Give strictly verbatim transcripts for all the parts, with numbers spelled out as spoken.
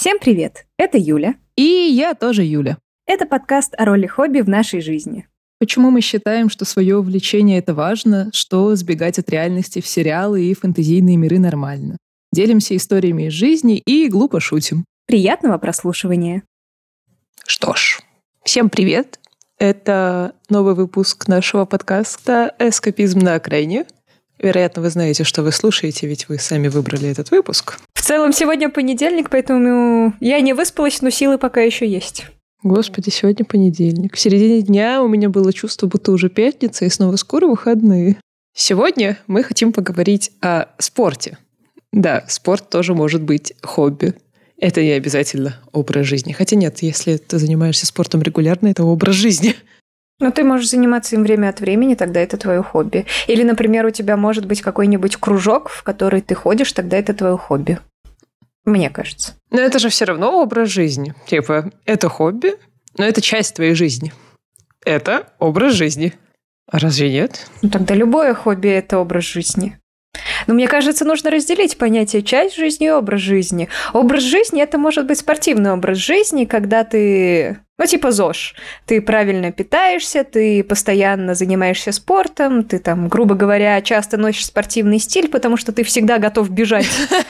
Всем привет! Это Юля. И я тоже Юля. Это подкаст о роли хобби в нашей жизни. Почему мы считаем, что свое увлечение — это важно, что сбегать от реальности в сериалы и фэнтезийные миры нормально. Делимся историями из жизни и глупо шутим. Приятного прослушивания. Что ж, всем привет. Это новый выпуск нашего подкаста «Эскапизм на окраине». Вероятно, вы знаете, что вы слушаете, ведь вы сами выбрали этот выпуск. В целом, сегодня понедельник, поэтому я не выспалась, но силы пока еще есть. Господи, сегодня понедельник. В середине дня у меня было чувство, будто уже пятница, и снова скоро выходные. Сегодня мы хотим поговорить о спорте. Да, спорт тоже может быть хобби. Это не обязательно образ жизни. Хотя нет, если ты занимаешься спортом регулярно, это образ жизни. Но ты можешь заниматься им время от времени, тогда это твое хобби. Или, например, у тебя может быть какой-нибудь кружок, в который ты ходишь, тогда это твое хобби. Мне кажется. Но это же все равно образ жизни. Типа, это хобби, но это часть твоей жизни. Это образ жизни. А разве нет? Ну, тогда любое хобби – это образ жизни. Но мне кажется, нужно разделить понятие часть жизни и образ жизни. Образ жизни – это может быть спортивный образ жизни, когда ты, ну, типа ЗОЖ. Ты правильно питаешься, ты постоянно занимаешься спортом, ты там, грубо говоря, часто носишь спортивный стиль, потому что ты всегда готов бежать.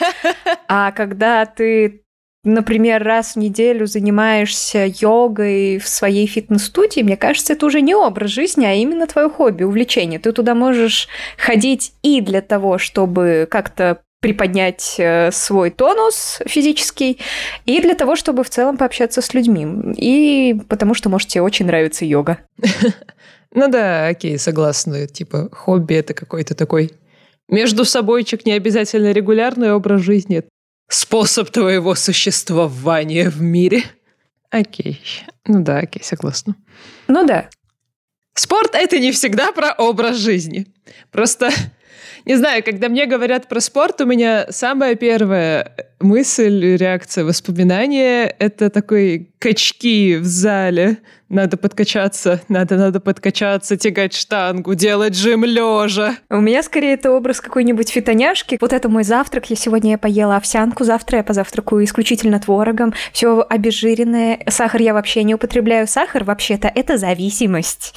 А когда ты, например, раз в неделю занимаешься йогой в своей фитнес-студии, мне кажется, это уже не образ жизни, а именно твое хобби, увлечение. Ты туда можешь ходить и для того, чтобы как-то приподнять свой тонус физический, и для того, чтобы в целом пообщаться с людьми. И потому что, может, тебе очень нравится йога. Ну да, окей, согласна. Типа, хобби — это какой-то такой между собойчик, не обязательно регулярный образ жизни. Способ твоего существования в мире. Окей. Ну да, окей, согласна. Ну да. Спорт — это не всегда про образ жизни. Просто, не знаю, когда мне говорят про спорт, у меня самая первая мысль, реакция, воспоминание — это такой качки в зале. Надо подкачаться, надо, надо подкачаться, тягать штангу, делать жим лежа. У меня скорее это образ какой-нибудь фитоняшки. Вот это мой завтрак. Я сегодня я поела овсянку, завтра я позавтракаю исключительно творогом. Все обезжиренное. Сахар я вообще не употребляю. Сахар вообще-то это зависимость.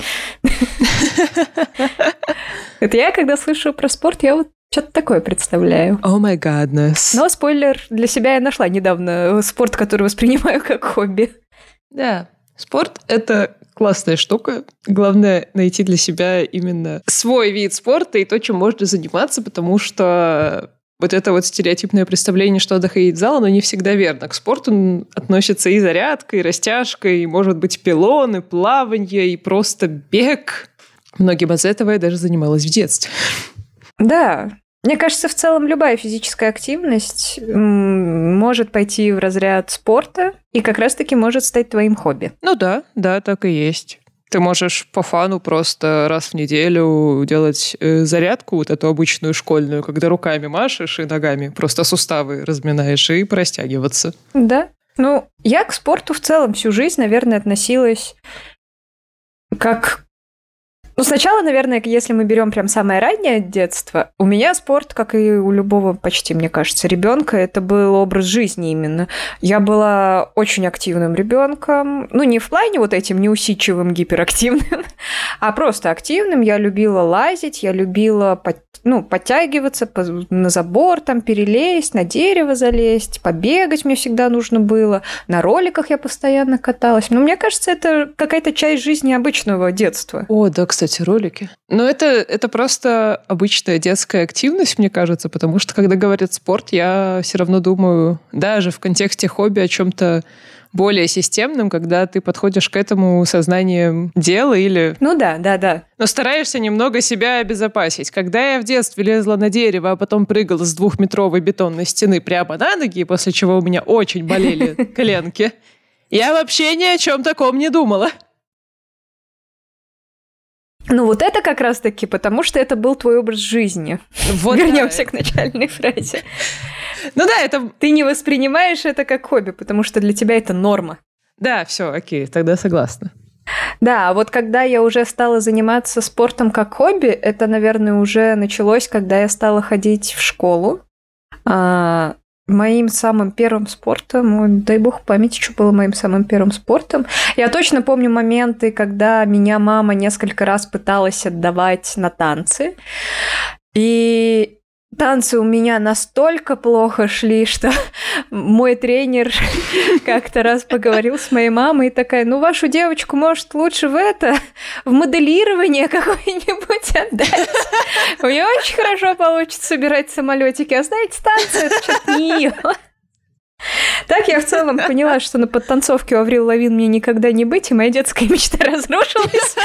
Это я, когда слышу про спорт, я вот что-то такое представляю. О май гаднес. Но спойлер, для себя я нашла недавно спорт, который воспринимаю как хобби. Да. Спорт — это классная штука. Главное — найти для себя именно свой вид спорта и то, чем можно заниматься, потому что вот это вот стереотипное представление, что надо ходить в зал, оно не всегда верно. К спорту относится и зарядка, и растяжка, и, может быть, пилон, и плавание, и просто бег. Многим из этого я даже занималась в детстве. Да. Мне кажется, в целом любая физическая активность может пойти в разряд спорта и как раз-таки может стать твоим хобби. Ну да, да, так и есть. Ты можешь по фану просто раз в неделю делать э, зарядку, вот эту обычную школьную, когда руками машешь и ногами просто суставы разминаешь и простягиваться. Да. Ну, я к спорту в целом всю жизнь, наверное, относилась как... Ну, сначала, наверное, если мы берем прям самое раннее детство, у меня спорт, как и у любого почти, мне кажется, ребенка, это был образ жизни именно. Я была очень активным ребенком, ну, не в плане вот этим неусидчивым, гиперактивным, а просто активным. Я любила лазить, я любила, ну, подтягиваться на забор, там, перелезть, на дерево залезть, побегать мне всегда нужно было. На роликах я постоянно каталась. Но мне кажется, это какая-то часть жизни обычного детства. О, да, кстати. Кстати, ролики. Но это, это просто обычная детская активность, мне кажется, потому что, когда говорят спорт, я все равно думаю, даже в контексте хобби, о чем-то более системном, когда ты подходишь к этому сознанием дела или... Ну да, да, да. Но стараешься немного себя обезопасить. Когда я в детстве лезла на дерево, а потом прыгала с двухметровой бетонной стены прямо на ноги, после чего у меня очень болели коленки, я вообще ни о чем таком не думала. Ну вот это как раз-таки, потому что это был твой образ жизни. Вот вернемся да. к начальной фразе. Ну да, это... Ты не воспринимаешь это как хобби, потому что для тебя это норма. Да, все, окей, тогда согласна. Да, а вот когда я уже стала заниматься спортом как хобби, это, наверное, уже началось, когда я стала ходить в школу. А, Моим самым первым спортом, ой, дай бог памяти, что было моим самым первым спортом. Я точно помню моменты, когда меня мама несколько раз пыталась отдавать на танцы. И танцы у меня настолько плохо шли, что мой тренер как-то раз поговорил с моей мамой и такая: ну, вашу девочку, может, лучше в это, в моделирование какое-нибудь отдать. У нее очень хорошо получится собирать самолетики, а знаете, танцы — это что-то не её. Так я в целом поняла, что на подтанцовке у Аврил Лавин мне никогда не быть, и моя детская мечта разрушилась.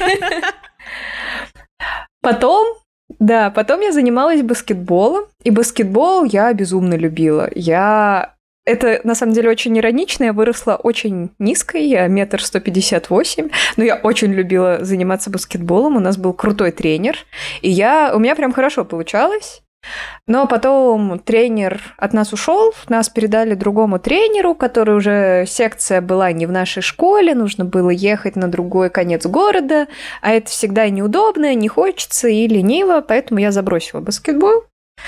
Потом Да, потом я занималась баскетболом, и баскетбол я безумно любила. Я... Это, на самом деле, очень иронично. Я выросла очень низкой, я метр сто пятьдесят восемь, но я очень любила заниматься баскетболом. У нас был крутой тренер, и я... у меня прям хорошо получалось. Но потом тренер от нас ушел, нас передали другому тренеру, который уже секция была не в нашей школе, нужно было ехать на другой конец города, а это всегда неудобно, не хочется и лениво, поэтому я забросила баскетбол.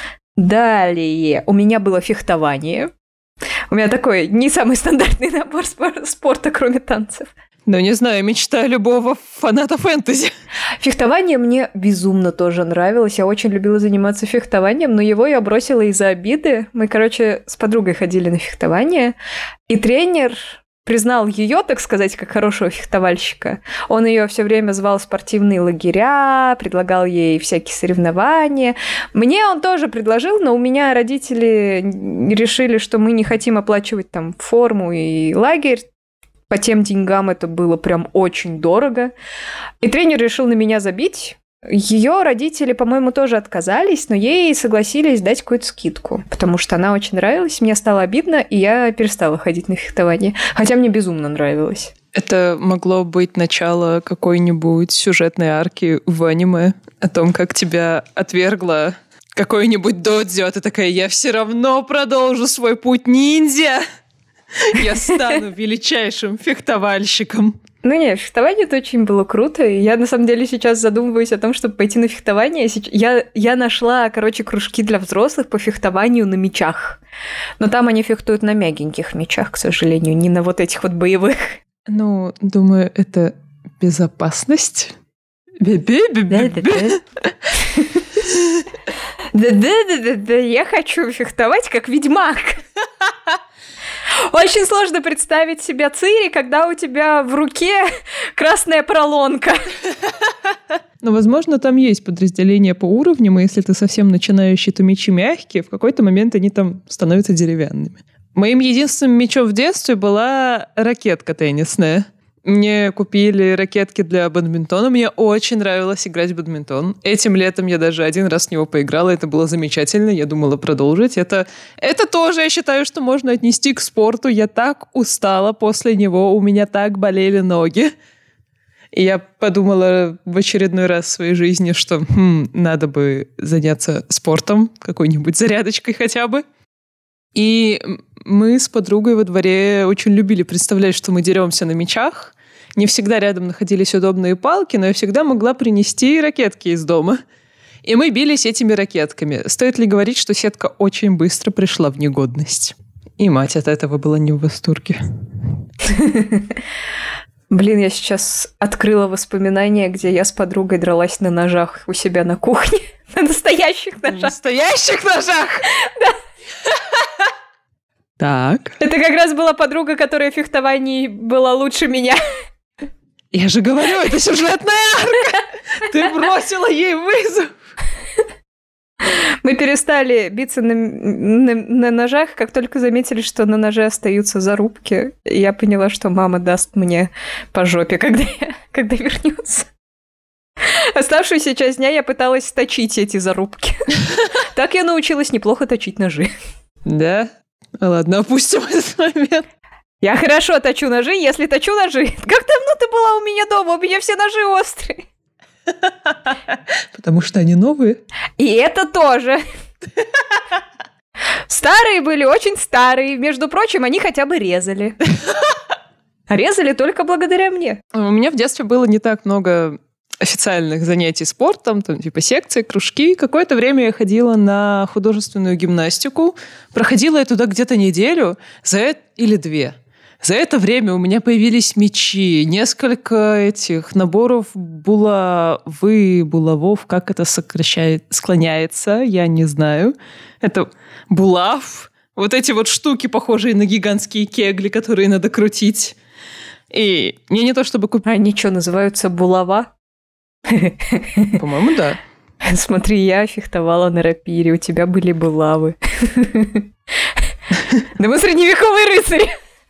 Далее у меня было фехтование. У меня такой не самый стандартный набор спорта, кроме танцев. Ну, не знаю, мечта любого фаната фэнтези. Фехтование мне безумно тоже нравилось. Я очень любила заниматься фехтованием, но его я бросила из-за обиды. Мы, короче, с подругой ходили на фехтование, и тренер признал ее, так сказать, как хорошего фехтовальщика. Он ее все время звал в спортивные лагеря, предлагал ей всякие соревнования. Мне он тоже предложил, но у меня родители решили, что мы не хотим оплачивать там форму и лагерь. По тем деньгам это было прям очень дорого. И тренер решил на меня забить. Ее родители, по-моему, тоже отказались, но ей согласились дать какую-то скидку, потому что она очень нравилась, мне стало обидно, и я перестала ходить на фехтование. Хотя мне безумно нравилось. Это могло быть начало какой-нибудь сюжетной арки в аниме о том, как тебя отвергла какой-нибудь додзё, а ты такая: я все равно продолжу свой путь ниндзя. Я стану величайшим фехтовальщиком. Ну не, фехтование это очень было круто. И я на самом деле сейчас задумываюсь о том, чтобы пойти на фехтование. Я, я нашла, короче, кружки для взрослых по фехтованию на мечах. Но там они фехтуют на мягеньких мечах, к сожалению, не на вот этих вот боевых. Ну, думаю, это безопасность. Да-да-да-да, я хочу фехтовать как ведьмак. Очень сложно представить себе Цири, когда у тебя в руке красная пролонка. Ну, возможно, там есть подразделение по уровням, и если ты совсем начинающий, то мечи мягкие, в какой-то момент они там становятся деревянными. Моим единственным мечом в детстве была ракетка теннисная. Мне купили ракетки для бадминтона. Мне очень нравилось играть в бадминтон. Этим летом я даже один раз в него поиграла. Это было замечательно. Я думала продолжить. Это, это тоже, я считаю, что можно отнести к спорту. Я так устала после него. У меня так болели ноги. И я подумала в очередной раз в своей жизни, что хм, надо бы заняться спортом, какой-нибудь зарядочкой хотя бы. И мы с подругой во дворе очень любили представлять, что мы деремся на мячах. Не всегда рядом находились удобные палки, но я всегда могла принести ракетки из дома. И мы бились этими ракетками. Стоит ли говорить, что сетка очень быстро пришла в негодность? И мать от этого была не в восторге. Блин, я сейчас открыла воспоминания, где я с подругой дралась на ножах у себя на кухне. На настоящих ножах. На настоящих ножах? Да. Так. Это как раз была подруга, которая в фехтовании была лучше меня. Я же говорю, это сюжетная арка. Ты бросила ей вызов. Мы перестали биться на, на, на ножах, как только заметили, что на ноже остаются зарубки. И я поняла, что мама даст мне по жопе, когда, я, когда вернется. Оставшуюся часть дня я пыталась точить эти зарубки. Так я научилась неплохо точить ножи. Да? Ладно, опустим этот момент. Я хорошо точу ножи, если точу ножи. Как давно ты была у меня дома? У меня все ножи острые. Потому что они новые. И это тоже. Старые были очень старые. Между прочим, они хотя бы резали. А резали только благодаря мне. У меня в детстве было не так много официальных занятий спортом, там, типа секции, кружки. Какое-то время я ходила на художественную гимнастику. Проходила я туда где-то неделю за это, или две. За это время у меня появились мячи, несколько этих наборов булавы, булавов, как это сокращает, склоняется, я не знаю. Это булав. Вот эти вот штуки, похожие на гигантские кегли, которые надо крутить. И мне не то чтобы купить... А они что, называются булава? По-моему, да. Смотри, я фехтовала на рапире, у тебя были булавы. Да мы средневековые рыцари.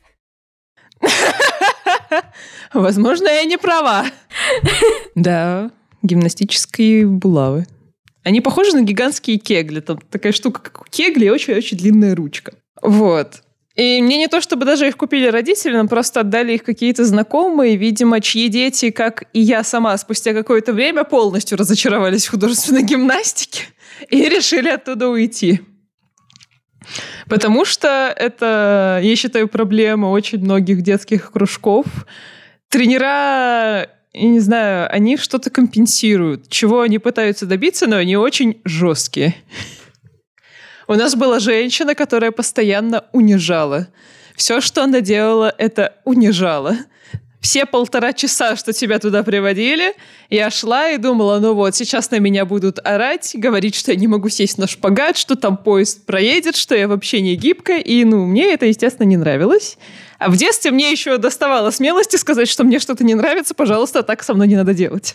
Возможно, я не права. Да, гимнастические булавы. Они похожи на гигантские кегли. Там такая штука, как у кегли, и очень-очень длинная ручка. Вот. И мне не то, чтобы даже их купили родители, нам просто отдали их какие-то знакомые, видимо, чьи дети, как и я сама, спустя какое-то время полностью разочаровались в художественной гимнастике и решили оттуда уйти. Потому что это, я считаю, проблема очень многих детских кружков. Тренера, я не знаю, они что-то компенсируют. Чего они пытаются добиться, но они очень жесткие. У нас была женщина, которая постоянно унижала. Все, что она делала, это унижала. Все полтора часа, что тебя туда приводили, я шла и думала, ну вот, сейчас на меня будут орать, говорить, что я не могу сесть на шпагат, что там поезд проедет, что я вообще не гибкая. И, ну, мне это, естественно, не нравилось. А в детстве мне еще доставало смелости сказать, что мне что-то не нравится, пожалуйста, так со мной не надо делать.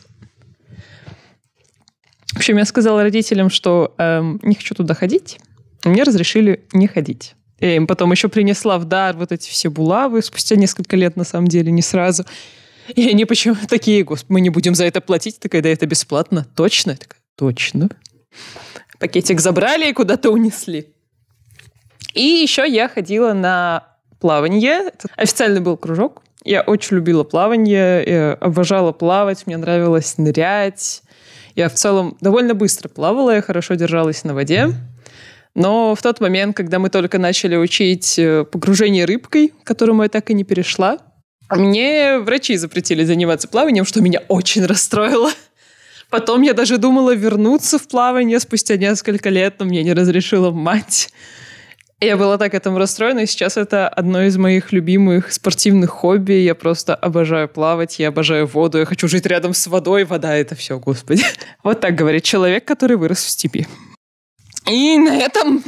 В общем, я сказала родителям, что эм, не хочу туда ходить. Мне разрешили не ходить. Я им потом еще принесла в дар вот эти все булавы, спустя несколько лет, на самом деле, не сразу. И они почему-то такие, господи, мы не будем за это платить. Такая, да это бесплатно. Точно? Я такая, точно. Пакетик забрали и куда-то унесли. И еще я ходила на плавание. Это официальный был кружок. Я очень любила плавание, я обожала плавать, мне нравилось нырять. Я в целом довольно быстро плавала, я хорошо держалась на воде. Но в тот момент, когда мы только начали учить погружение рыбкой, к которому я так и не перешла, мне врачи запретили заниматься плаванием, что меня очень расстроило. Потом я даже думала вернуться в плавание спустя несколько лет, но мне не разрешила мать. Я была так этому расстроена, и сейчас это одно из моих любимых спортивных хобби. Я просто обожаю плавать, я обожаю воду, я хочу жить рядом с водой. Вода — это все, господи. Вот так говорит человек, который вырос в степи. И на этом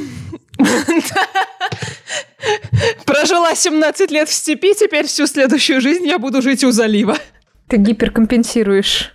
прожила семнадцать лет в степи, теперь всю следующую жизнь я буду жить у залива. Ты гиперкомпенсируешь.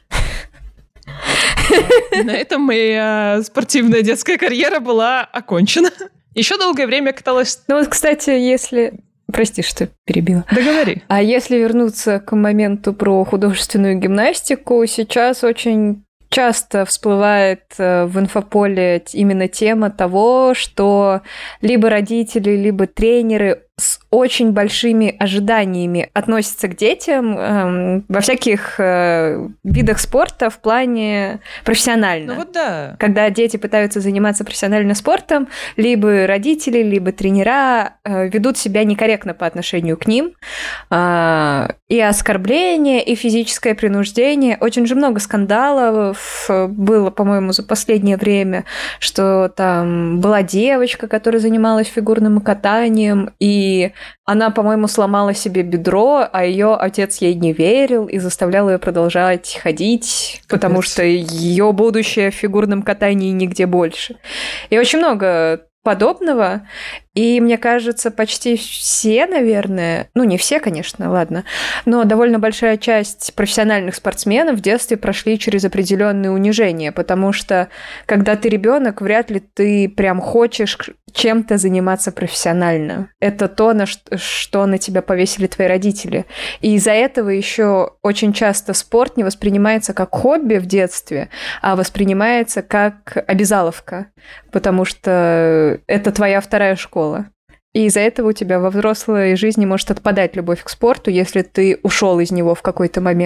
На этом моя спортивная детская карьера была окончена. Еще долгое время каталась... Ну вот, кстати, если... Прости, что перебила. Да говори. А если вернуться к моменту про художественную гимнастику, сейчас очень часто всплывает в инфополе именно тема того, что либо родители, либо тренеры с очень большими ожиданиями относятся к детям э, во всяких э, видах спорта в плане профессионально. Ну вот да. Когда дети пытаются заниматься профессионально спортом, либо родители, либо тренера э, ведут себя некорректно по отношению к ним. Э, и оскорбление, и физическое принуждение. Очень же много скандалов было, по-моему, за последнее время, что там была девочка, которая занималась фигурным катанием, и И она, по-моему, сломала себе бедро, а ее отец ей не верил и заставлял ее продолжать ходить, Капец. Потому что ее будущее в фигурном катании нигде больше. И очень много подобного. И мне кажется, почти все, наверное, ну не все, конечно, ладно, но довольно большая часть профессиональных спортсменов в детстве прошли через определенные унижения, потому что когда ты ребенок, вряд ли ты прям хочешь чем-то заниматься профессионально. Это то, на что, что на тебя повесили твои родители. И из-за этого еще очень часто спорт не воспринимается как хобби в детстве, а воспринимается как обязаловка, потому что это твоя вторая школа. И из-за этого у тебя во взрослой жизни может отпадать любовь к спорту, если ты ушел из него в какой-то момент.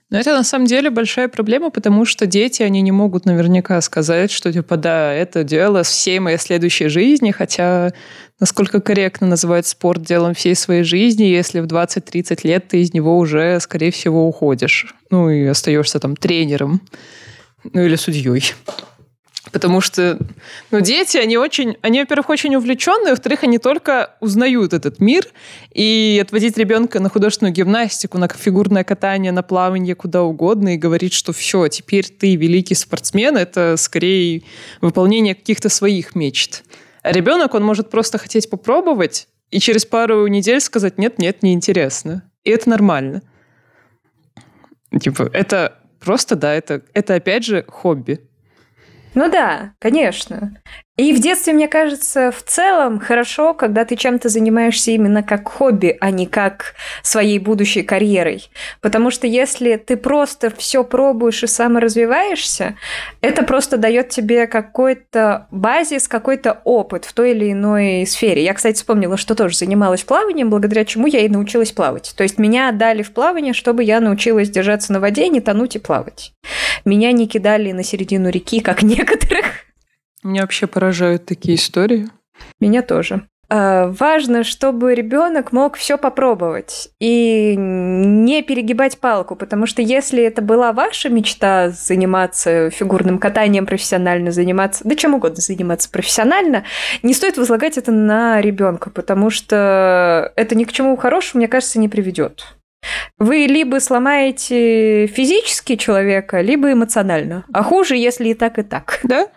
Но это на самом деле большая проблема, потому что дети, они не могут наверняка сказать, что типа да, это дело всей моей следующей жизни, хотя насколько корректно называть спорт делом всей своей жизни, если в двадцать-тридцать лет ты из него уже, скорее всего, уходишь. Ну и остаешься там тренером, ну или судьей. Потому что ну, дети, они очень, они, во-первых, очень увлеченные, во-вторых, они только узнают этот мир, и отводить ребенка на художественную гимнастику, на фигурное катание, на плавание, куда угодно, и говорить, что все, теперь ты великий спортсмен, это скорее выполнение каких-то своих мечт. А ребенок, он может просто хотеть попробовать, и через пару недель сказать, нет-нет, неинтересно. И это нормально. Типа, это просто, да, это, это опять же хобби. Ну да, конечно. И в детстве, мне кажется, в целом хорошо, когда ты чем-то занимаешься именно как хобби, а не как своей будущей карьерой. Потому что если ты просто все пробуешь и саморазвиваешься, это просто дает тебе какой-то базис, какой-то опыт в той или иной сфере. Я, кстати, вспомнила, что тоже занималась плаванием, благодаря чему я и научилась плавать. То есть меня отдали в плавание, чтобы я научилась держаться на воде, не тонуть и плавать. Меня не кидали на середину реки, как некоторых. Меня вообще поражают такие истории. Меня тоже. Важно, чтобы ребенок мог все попробовать и не перегибать палку, потому что если это была ваша мечта заниматься фигурным катанием профессионально, заниматься, да чем угодно заниматься профессионально, не стоит возлагать это на ребенка, потому что это ни к чему хорошему, мне кажется, не приведет. Вы либо сломаете физически человека, либо эмоционально. А хуже, если и так, и так. Да?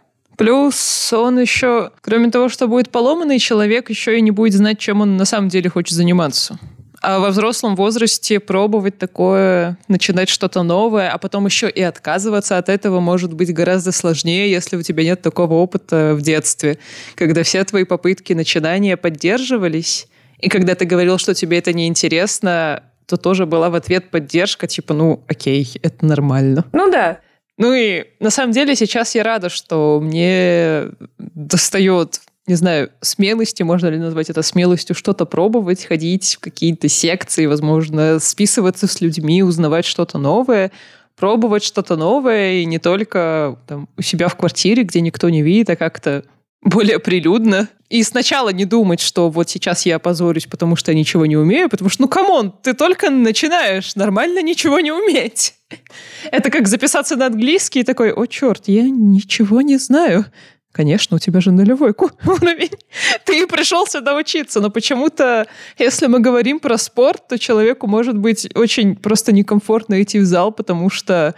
Плюс он еще, кроме того, что будет поломанный человек, еще и не будет знать, чем он на самом деле хочет заниматься. А во взрослом возрасте пробовать такое, начинать что-то новое, а потом еще и отказываться от этого может быть гораздо сложнее, если у тебя нет такого опыта в детстве, когда все твои попытки начинания поддерживались, и когда ты говорил, что тебе это неинтересно, то тоже была в ответ поддержка, типа, ну, окей, это нормально. Ну да. Ну и на самом деле сейчас я рада, что мне достает, не знаю, смелости, можно ли назвать это смелостью, что-то пробовать, ходить в какие-то секции, возможно, списываться с людьми, узнавать что-то новое, пробовать что-то новое, и не только там, у себя в квартире, где никто не видит, а как-то более прилюдно. И сначала не думать, что вот сейчас я опозорюсь, потому что я ничего не умею, потому что, ну, камон, ты только начинаешь нормально ничего не уметь. Это как записаться на английский и такой, о, черт, я ничего не знаю. Конечно, у тебя же нулевой уровень. Ты пришел сюда учиться, но почему-то, если мы говорим про спорт, то человеку может быть очень просто некомфортно идти в зал, потому что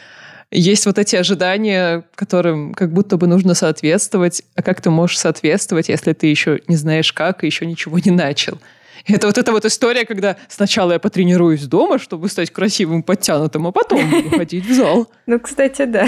есть вот эти ожидания, которым как будто бы нужно соответствовать. А как ты можешь соответствовать, если ты еще не знаешь как и еще ничего не начал? Это вот эта вот история, когда сначала я потренируюсь дома, чтобы стать красивым, подтянутым, а потом буду ходить в зал. Ну, кстати, да.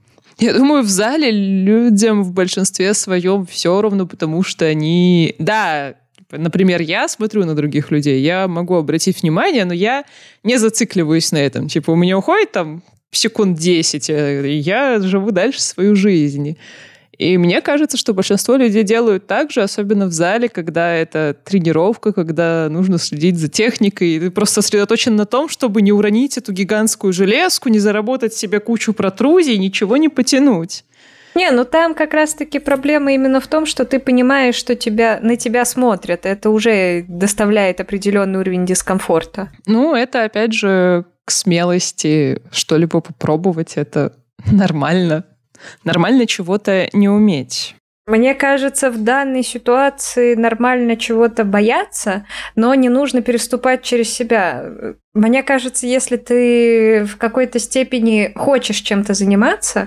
Я думаю, в зале людям в большинстве своем все равно, потому что они... Да, например, я смотрю на других людей, я могу обратить внимание, но я не зацикливаюсь на этом. Типа у меня уходит там секунд десять, и я живу дальше свою жизнь. И мне кажется, что большинство людей делают так же, особенно в зале, когда это тренировка, когда нужно следить за техникой, и ты просто сосредоточен на том, чтобы не уронить эту гигантскую железку, не заработать себе кучу протрузий, ничего не потянуть. Не, ну там как раз-таки проблема именно в том, что ты понимаешь, что тебя, на тебя смотрят. Это уже доставляет определенный уровень дискомфорта. Ну, это, опять же, к смелости что-либо попробовать, это нормально. Нормально чего-то не уметь. Мне кажется, в данной ситуации нормально чего-то бояться, но не нужно переступать через себя. Мне кажется, если ты в какой-то степени хочешь чем-то заниматься,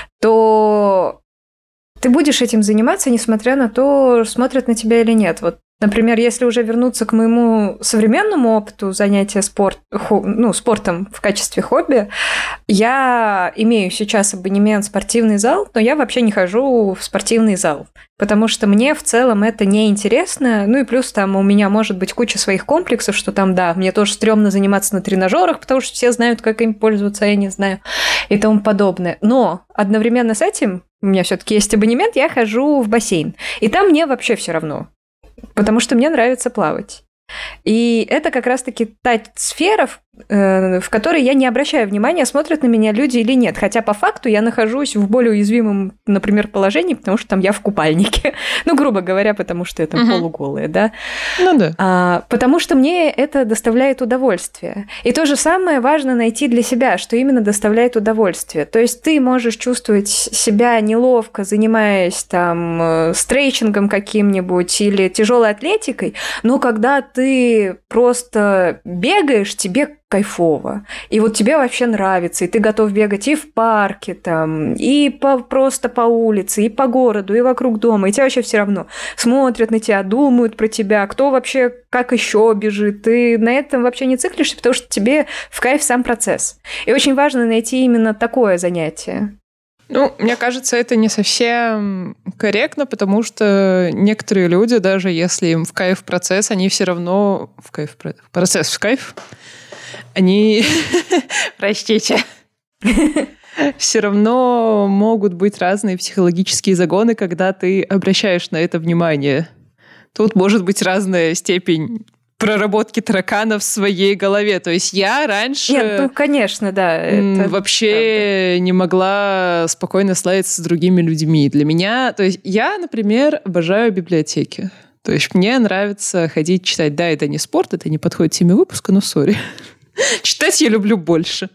то ты будешь этим заниматься, несмотря на то, смотрят на тебя или нет. Вот, например, если уже вернуться к моему современному опыту занятия спорт, ну, спортом в качестве хобби, я имею сейчас абонемент в спортивный зал, но я вообще не хожу в спортивный зал, потому что мне в целом это неинтересно. Ну и плюс там у меня может быть куча своих комплексов, что там, да, мне тоже стрёмно заниматься на тренажерах, потому что все знают, как им пользоваться, а я не знаю, и тому подобное. Но одновременно с этим, у меня все-таки есть абонемент, я хожу в бассейн, и там мне вообще все равно. Потому что мне нравится плавать. И это как раз-таки та сфера, в которой я не обращаю внимания, смотрят на меня люди или нет. Хотя по факту я нахожусь в более уязвимом, например, положении, потому что там я в купальнике. Ну, грубо говоря, потому что я там угу. полуголая, да? Ну да. А, потому что мне это доставляет удовольствие. И то же самое важно найти для себя, что именно доставляет удовольствие. То есть ты можешь чувствовать себя неловко, занимаясь там стрейчингом каким-нибудь или тяжелой атлетикой, но когда ты просто бегаешь, тебе кайфово. И вот тебе вообще нравится, и ты готов бегать и в парке, там, и по, просто по улице, и по городу, и вокруг дома, и тебе вообще все равно. Смотрят на тебя, думают про тебя, кто вообще как еще бежит. Ты на этом вообще не циклишься, потому что тебе в кайф сам процесс. И очень важно найти именно такое занятие. Ну, мне кажется, это не совсем корректно, потому что некоторые люди, даже если им в кайф процесс, они все равно... В кайф процесс в кайф... Они, простите, все равно могут быть разные психологические загоны, когда ты обращаешь на это внимание. Тут может быть разная степень проработки таракана в своей голове. То есть я раньше... Нет, ну, конечно, да. Это вообще правда. Не могла спокойно славиться с другими людьми. Для меня... То есть я, например, обожаю библиотеки. То есть мне нравится ходить читать. Да, это не спорт, это не подходит теме выпуска, но сори. Читать я люблю больше.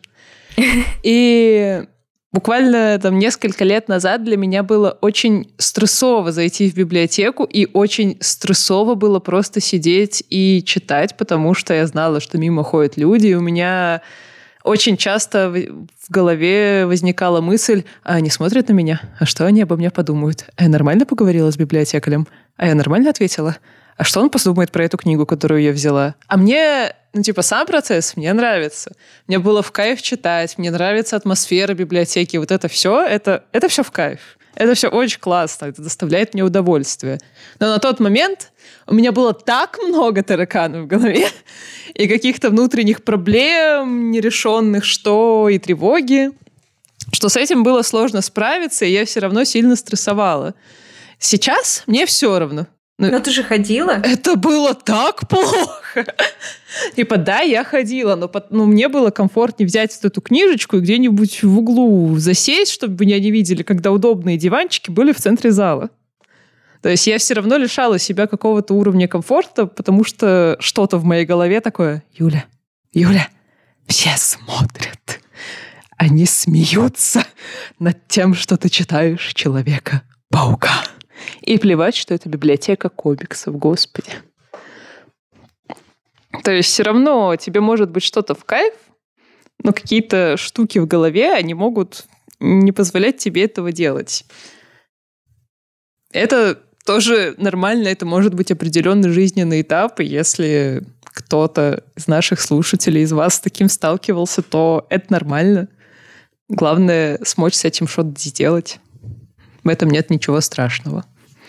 И буквально там несколько лет назад для меня было очень стрессово зайти в библиотеку, и очень стрессово было просто сидеть и читать, потому что я знала, что мимо ходят люди, и у меня очень часто в голове возникала мысль: а они смотрят на меня? А что они обо мне подумают? А я нормально поговорила с библиотекарем? А я нормально ответила? А что он подумает про эту книгу, которую я взяла? А мне, ну, типа, сам процесс мне нравится. Мне было в кайф читать, мне нравится атмосфера библиотеки. Вот это все, это, это все в кайф. Это все очень классно, это доставляет мне удовольствие. Но на тот момент у меня было так много тараканов в голове и каких-то внутренних проблем нерешенных, что и тревоги, что с этим было сложно справиться, и я все равно сильно стрессовала. Сейчас мне все равно. Но ты же ходила. Это было так плохо. Типа, да, я ходила, но, но мне было комфортнее взять эту книжечку и где-нибудь в углу засесть, чтобы меня не видели, когда удобные диванчики были в центре зала. То есть я все равно лишала себя какого-то уровня комфорта, потому что что-то в моей голове такое: Юля, Юля, все смотрят. Они смеются над тем, что ты читаешь Человека-паука. И плевать, что это библиотека комиксов, господи. То есть все равно тебе может быть что-то в кайф, но какие-то штуки в голове, они могут не позволять тебе этого делать. Это тоже нормально, это может быть определенный жизненный этап, и если кто-то из наших слушателей, из вас с таким сталкивался, то это нормально. Главное, смочь с этим что-то сделать. В этом нет ничего страшного.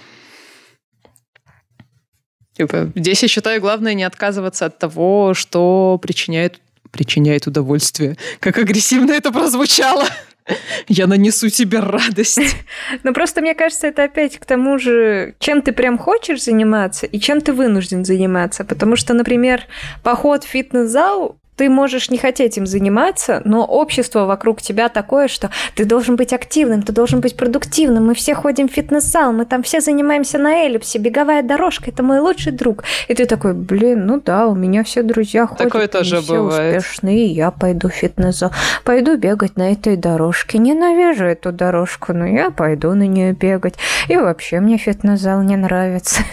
Типа, здесь, я считаю, главное не отказываться от того, что причиняет, причиняет удовольствие. Как агрессивно это прозвучало. Я нанесу тебе радость. Ну, просто, мне кажется, это опять к тому же, чем ты прям хочешь заниматься и чем ты вынужден заниматься. Потому что, например, поход в фитнес-зал, ты можешь не хотеть им заниматься, но общество вокруг тебя такое, что ты должен быть активным, ты должен быть продуктивным. Мы все ходим в фитнес-зал, мы там все занимаемся на эллипсе, беговая дорожка – это мой лучший друг. И ты такой: блин, ну да, у меня все друзья ходят, такое тоже все бывает. Успешные, я пойду в фитнес-зал, пойду бегать на этой дорожке. Ненавижу эту дорожку, но я пойду на нее бегать. И вообще мне фитнес-зал не нравится.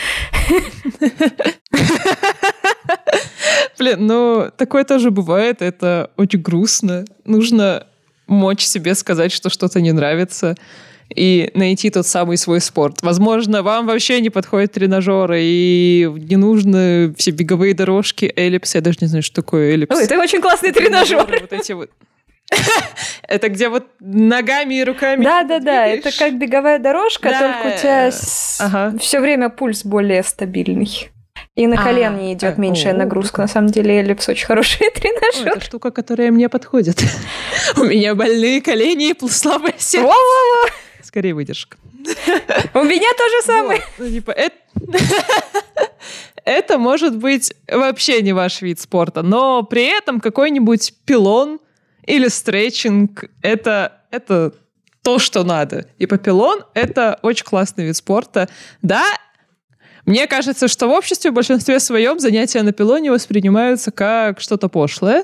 Блин, ну, такое тоже бывает, это очень грустно. Нужно мочь себе сказать, что что-то не нравится, и найти тот самый свой спорт. Возможно, вам вообще не подходят тренажеры, и не нужны все беговые дорожки, эллипсы. Я даже не знаю, что такое эллипс. Ой, это очень классный тренажер. Вот эти вот. Это где вот ногами и руками. Да-да-да, это как беговая дорожка, только у тебя все время пульс более стабильный. И на колени идет меньшая нагрузка. На самом деле, эллипс очень хороший тренажер. Это штука, которая мне подходит. У меня больные колени и слабое сердце. Во-во-во. Скорее выдержка. У меня то же самое. Вот, ну, типа, это... это может быть вообще не ваш вид спорта, но при этом какой-нибудь пилон или стретчинг — это, это то, что надо. И по пилон — это очень классный вид спорта. Да, мне кажется, что в обществе в большинстве своем занятия на пилоне воспринимаются как что-то пошлое.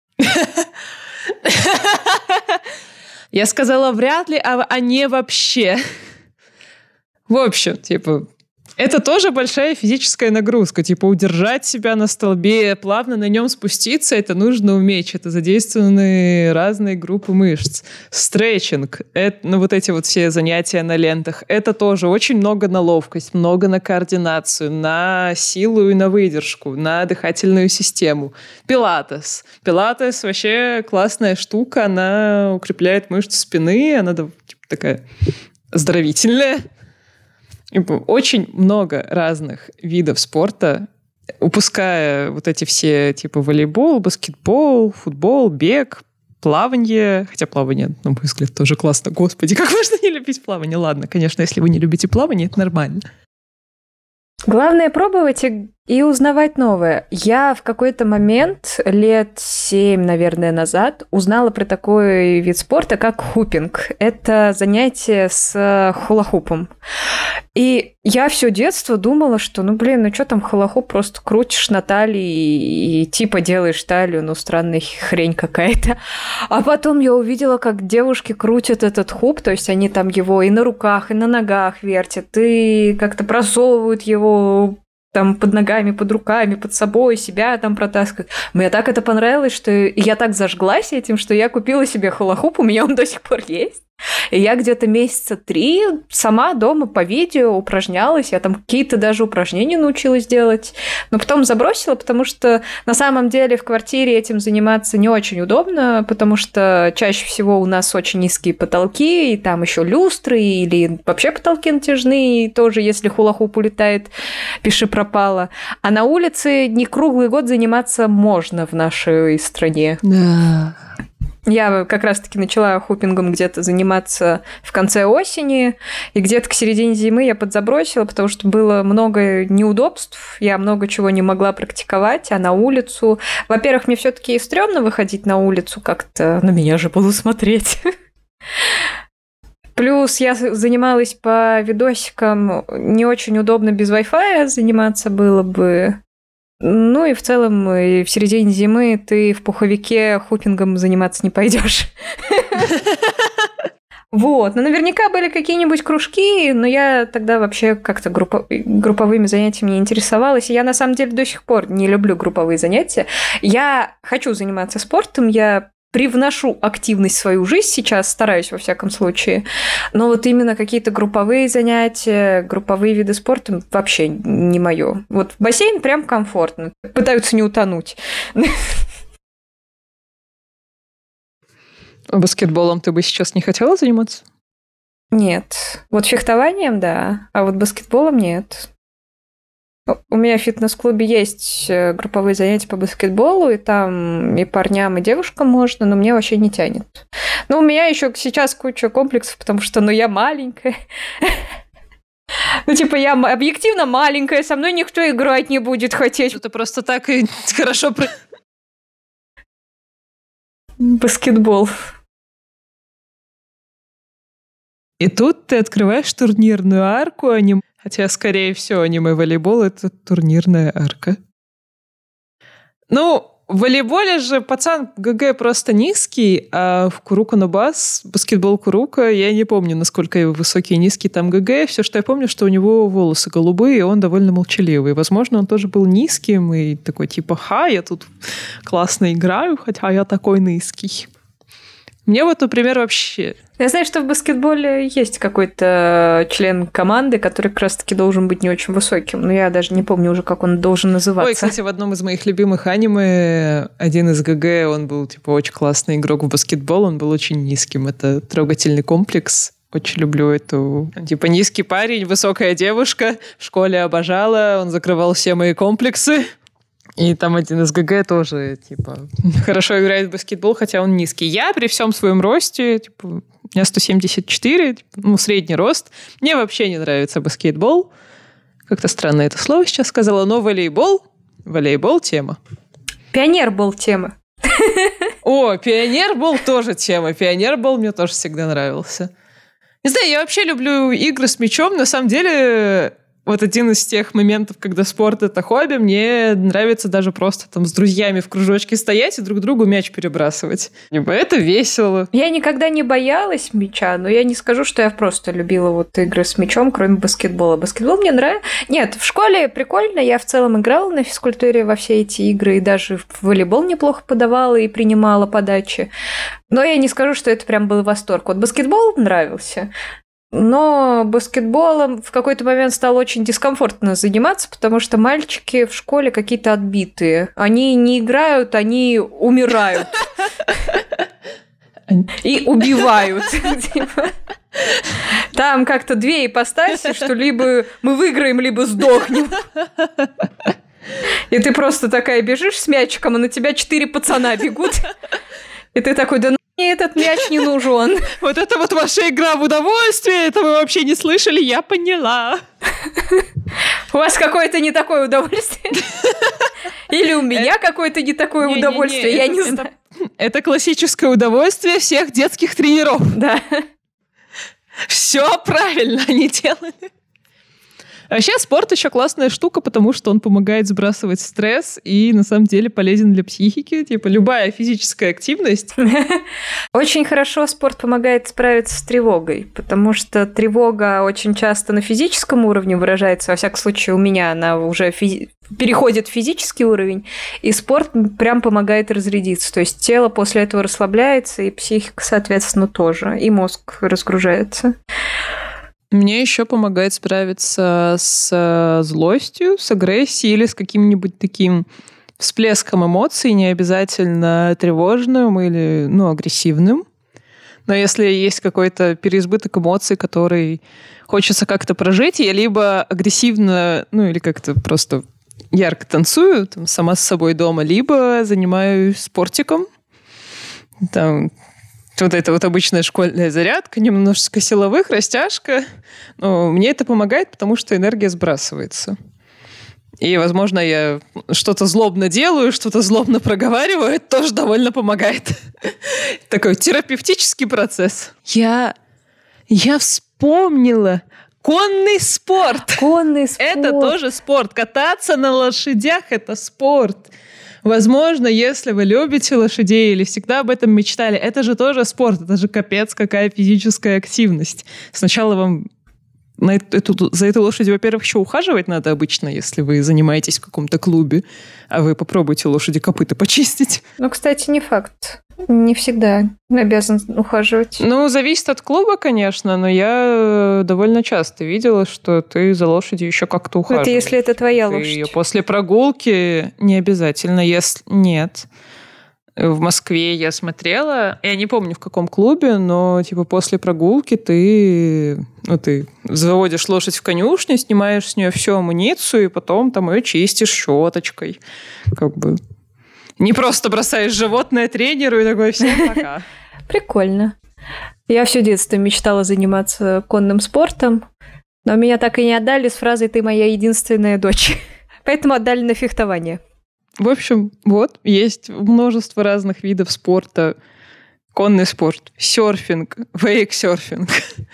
Я сказала вряд ли, а, а не вообще. В общем, типа, это тоже большая физическая нагрузка. Типа, удержать себя на столбе, плавно на нем спуститься, это нужно уметь. Это задействованы разные группы мышц. Стретчинг, это, ну, вот эти вот все занятия на лентах, это тоже очень много на ловкость, много на координацию, на силу и на выдержку, на дыхательную систему. Пилатес. Пилатес вообще классная штука, она укрепляет мышцы спины, она типа, такая оздоровительная. Очень много разных видов спорта, упуская вот эти все, типа, волейбол, баскетбол, футбол, бег, плавание. Хотя плавание, на мой взгляд, тоже классно. Господи, как можно не любить плавание? Ладно, конечно, если вы не любите плавание, это нормально. Главное пробовать и, и узнавать новое. Я в какой-то момент, лет семь, наверное, назад, узнала про такой вид спорта, как хупинг. Это занятие с хула-хупом. И я все детство думала, что, ну, блин, ну что там хула-хуп, просто крутишь на талии и, и типа делаешь талию, ну, странная хрень какая-то. А потом я увидела, как девушки крутят этот хуп, то есть они там его и на руках, и на ногах вертят, и как-то просовывают его там под ногами, под руками, под собой, себя там протаскивают. Мне так это понравилось, что я так зажглась этим, что я купила себе хула-хуп, у меня он до сих пор есть. И я где-то месяца три сама дома по видео упражнялась, я там какие-то даже упражнения научилась делать, но потом забросила, потому что на самом деле в квартире этим заниматься не очень удобно, потому что чаще всего у нас очень низкие потолки, и там еще люстры, или вообще потолки натяжные, и тоже если хула-хуп улетает, пиши пропало. А на улице не круглый год заниматься можно в нашей стране. Да. Я как раз-таки начала хупингом где-то заниматься в конце осени, и где-то к середине зимы я подзабросила, потому что было много неудобств, я много чего не могла практиковать, а на улицу... Во-первых, мне все-таки стрёмно выходить на улицу как-то, на меня же будут смотреть. Плюс я занималась по видосикам, не очень удобно без Wi-Fi заниматься было бы. Ну и в целом и в середине зимы ты в пуховике хупингом заниматься не пойдешь. Вот, но наверняка были какие-нибудь кружки, но я тогда вообще как-то группо- групповыми занятиями не интересовалась. И я на самом деле до сих пор не люблю групповые занятия. Я хочу заниматься спортом, я привношу активность в свою жизнь сейчас, стараюсь во всяком случае. Но вот именно какие-то групповые занятия, групповые виды спорта вообще не мое. Вот бассейн прям комфортно. Пытаются не утонуть. Баскетболом ты бы сейчас не хотела заниматься? Нет. Вот фехтованием, да, а вот баскетболом нет. У меня в фитнес-клубе есть групповые занятия по баскетболу, и там и парням, и девушкам можно, но мне вообще не тянет. Но у меня еще сейчас куча комплексов, потому что, ну, я маленькая. Ну, типа, я объективно маленькая, со мной никто играть не будет хотеть. Это просто так и хорошо... Баскетбол. И тут ты открываешь турнирную арку аниме. Хотя, скорее всего, аниме-волейбол — это турнирная арка. Ну, в волейболе же пацан ГГ просто низкий, а в Куруко no Бас, баскетбол Куруко, я не помню, насколько высокий и низкий там ГГ. Все, что я помню, что у него волосы голубые, и он довольно молчаливый. Возможно, он тоже был низким и такой типа «Ха, я тут классно играю, хотя я такой низкий». Мне вот, например, вообще... Я знаю, что в баскетболе есть какой-то член команды, который как раз-таки должен быть не очень высоким. Но я даже не помню уже, как он должен называться. Ой, кстати, в одном из моих любимых аниме один из ГГ, он был, типа, очень классный игрок в баскетбол, он был очень низким. Это трогательный комплекс. Очень люблю эту... Типа, низкий парень, высокая девушка. В школе обожала, он закрывал все мои комплексы. И там один из ГГ тоже, типа, хорошо играет в баскетбол, хотя он низкий. Я при всем своем росте, типа, у меня сто семьдесят четыре, типа, ну, средний рост. Мне вообще не нравится баскетбол. Как-то странно это слово сейчас сказала, но волейбол, волейбол тема. Пионербол тема. О, пионербол тоже тема. Пионербол мне тоже всегда нравился. Не знаю, я вообще люблю игры с мячом. На самом деле, вот один из тех моментов, когда спорт — это хобби, мне нравится даже просто там с друзьями в кружочке стоять и друг другу мяч перебрасывать. Ибо это весело. Я никогда не боялась мяча, но я не скажу, что я просто любила вот игры с мячом, кроме баскетбола. Баскетбол мне нравится. Нет, в школе прикольно, я в целом играла на физкультуре во все эти игры, и даже в волейбол неплохо подавала и принимала подачи. Но я не скажу, что это прям был восторг. Вот баскетбол нравился. Но баскетболом в какой-то момент стало очень дискомфортно заниматься, потому что мальчики в школе какие-то отбитые. Они не играют, они умирают. И убивают. Там как-то две ипостаси, что либо мы выиграем, либо сдохнем. И ты просто такая бежишь с мячиком, а на тебя четыре пацана бегут. И ты такой, да мне этот мяч не нужен. Вот это вот ваша игра в удовольствие, это вы вообще не слышали, я поняла. У вас какое-то не такое удовольствие? Или у меня какое-то не такое удовольствие, я не знаю. Это классическое удовольствие всех детских тренеров. Да. Все правильно они делали. Вообще спорт еще классная штука, потому что он помогает сбрасывать стресс и на самом деле полезен для психики. Типа любая физическая активность. Очень хорошо спорт помогает справиться с тревогой, потому что тревога очень часто на физическом уровне выражается. Во всяком случае, у меня она уже физи- переходит в физический уровень, и спорт прям помогает разрядиться. То есть тело после этого расслабляется, и психика, соответственно, тоже, и мозг разгружается. Мне еще помогает справиться с злостью, с агрессией или с каким-нибудь таким всплеском эмоций, не обязательно тревожным или, ну, агрессивным. Но если есть какой-то переизбыток эмоций, который хочется как-то прожить, я либо агрессивно, ну, или как-то просто ярко танцую, там, сама с собой дома, либо занимаюсь спортиком, там, вот это вот обычная школьная зарядка, немножечко силовых, растяжка. Но мне это помогает, потому что энергия сбрасывается. И, возможно, я что-то злобно делаю, что-то злобно проговариваю. Это тоже довольно помогает. Такой терапевтический процесс. Я, я вспомнила конный спорт. Конный спорт. Это тоже спорт. Кататься на лошадях – это спорт. Возможно, если вы любите лошадей или всегда об этом мечтали, это же тоже спорт, это же капец какая физическая активность. Сначала вам на эту, за этой лошадью, во-первых, еще ухаживать надо обычно, если вы занимаетесь в каком-то клубе, а вы попробуйте лошади копыта почистить. Ну, кстати, не факт. Не всегда обязан ухаживать. Ну, зависит от клуба, конечно, но я довольно часто видела, что ты за лошадью еще как-то ухаживаешь. Это если это твоя ты лошадь. Ее после прогулки не обязательно, если нет. В Москве я смотрела, я не помню в каком клубе, но типа после прогулки ты, ну, ты заводишь лошадь в конюшню, снимаешь с нее всю амуницию и потом там ее чистишь щеточкой, как бы. Не просто бросаешь животное тренеру и такой, всем пока. Прикольно. Я все детство мечтала заниматься конным спортом, но меня так и не отдали с фразой «ты моя единственная дочь». Поэтому отдали на фехтование. В общем, вот, есть множество разных видов спорта. Конный спорт, серфинг, вейксерфинг,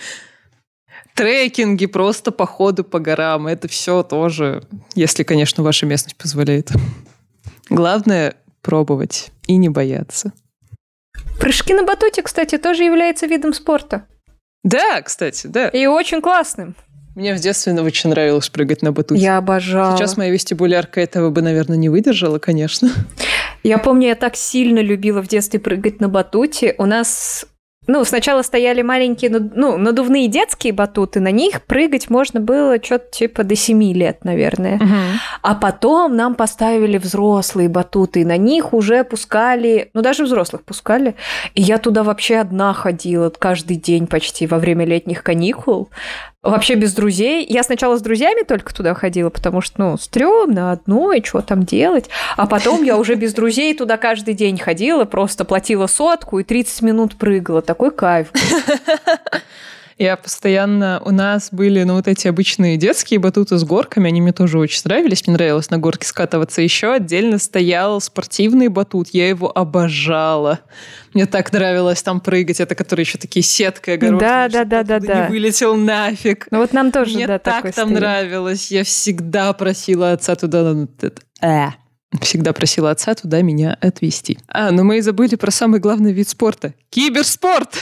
трекинги, просто походы по горам. Это все тоже, если, конечно, ваша местность позволяет. Главное — пробовать и не бояться. Прыжки на батуте, кстати, тоже является видом спорта. Да, кстати, да. И очень классным. Мне в детстве очень нравилось прыгать на батуте. Я обожала. Сейчас моя вестибулярка этого бы, наверное, не выдержала, конечно. Я помню, я так сильно любила в детстве прыгать на батуте. У нас... Ну, сначала стояли маленькие, ну, надувные детские батуты, на них прыгать можно было что-то типа до семи лет, наверное. Угу. А потом нам поставили взрослые батуты, и на них уже пускали, ну, даже взрослых пускали. И я туда вообще одна ходила каждый день почти во время летних каникул. Вообще без друзей. Я сначала с друзьями только туда ходила, потому что, ну, стрёмно одной, что там делать. А потом я уже без друзей туда каждый день ходила, просто платила сотку и тридцать минут прыгала. Такой кайф. Я постоянно... У нас были, ну, вот эти обычные детские батуты с горками, они мне тоже очень нравились. Мне нравилось на горке скатываться. Еще отдельно стоял спортивный батут. Я его обожала. Мне так нравилось там прыгать. Это который еще такие сеткой огороженные. Да, да, да, да, да. Не вылетел нафиг. Ну вот нам тоже, Мне да, так такой там стоит. нравилось. Я всегда просила отца туда... Э. Всегда просила отца туда меня отвезти. А, но мы и забыли про самый главный вид спорта. Киберспорт!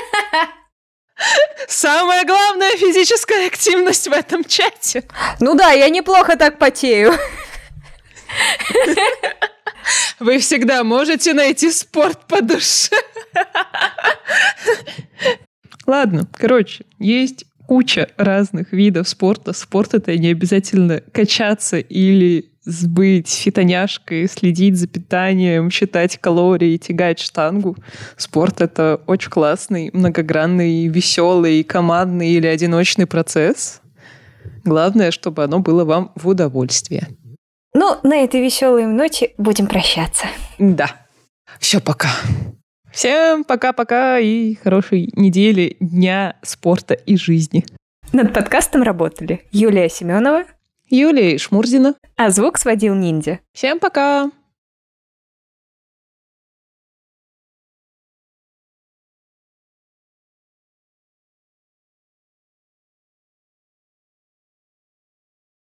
Самая главная физическая активность в этом чате. Ну да, я неплохо так потею. Вы всегда можете найти спорт по душе. Ладно, короче, есть куча разных видов спорта. Спорт — это не обязательно качаться или быть фитоняшкой, следить за питанием, считать калории, тягать штангу. Спорт — это очень классный, многогранный, веселый, командный или одиночный процесс. Главное, чтобы оно было вам в удовольствие. Ну, на этой веселой ноте будем прощаться. Да. Все, пока. Всем пока-пока и хорошей недели, дня, спорта и жизни. Над подкастом работали Юлия Семенова, Юлия Шмурзина. а звук сводил Ниндзя. Всем пока!